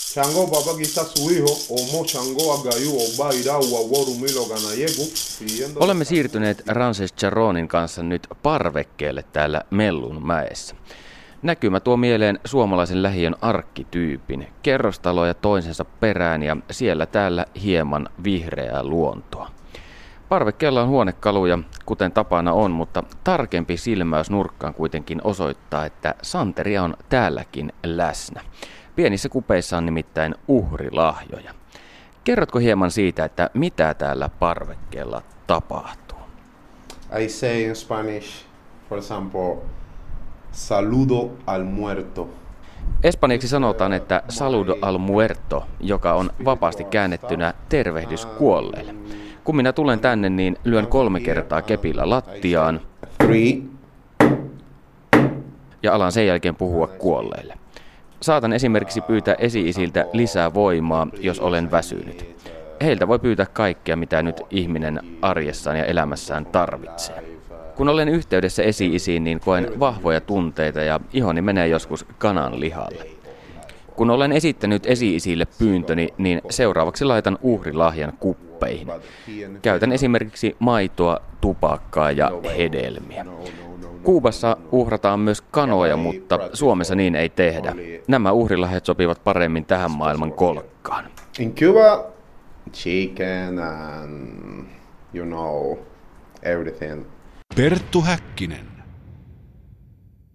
Chango papa quizás su hijo, Omo Chango Agayu, Oba Iraua, Worumilo Ganayeku. Olemme siirtyneet Ramses Charonin kanssa nyt parvekkeelle täällä Mellunmäessä. Näkymä tuo mieleen suomalaisen lähiön arkkityypin, kerrostaloja toisensa perään ja siellä täällä hieman vihreää luontoa. Parvekkeella on huonekaluja, kuten tapana on, mutta tarkempi silmäys nurkkaan kuitenkin osoittaa, että santeria on täälläkin läsnä. Pienissä kupeissa on nimittäin uhrilahjoja. Kerrotko hieman siitä, että mitä täällä parvekkeella tapahtuu? I say in Spanish, for example, saludo al muerto. Espanjaksi sanotaan, että saludo al muerto, joka on vapaasti käännettynä tervehdys kuolleille. Kun minä tulen tänne, niin lyön 3 kertaa kepillä lattiaan ja alan sen jälkeen puhua kuolleille. Saatan esimerkiksi pyytää esi-isiltä lisää voimaa, jos olen väsynyt. Heiltä voi pyytää kaikkea, mitä nyt ihminen arjessaan ja elämässään tarvitsee. Kun olen yhteydessä esi-isiin, niin koen vahvoja tunteita ja ihoni menee joskus kanan lihalle. Kun olen esittänyt esi-isille pyyntöni, niin seuraavaksi laitan uhrilahjan kuppeihin. Käytän esimerkiksi maitoa, tupakkaa ja hedelmiä. Kuubassa uhrataan myös kanoja, mutta Suomessa niin ei tehdä. Nämä uhrilahjat sopivat paremmin tähän maailman kolkkaan. In Cuba, chicken and everything. Perttu Häkkinen.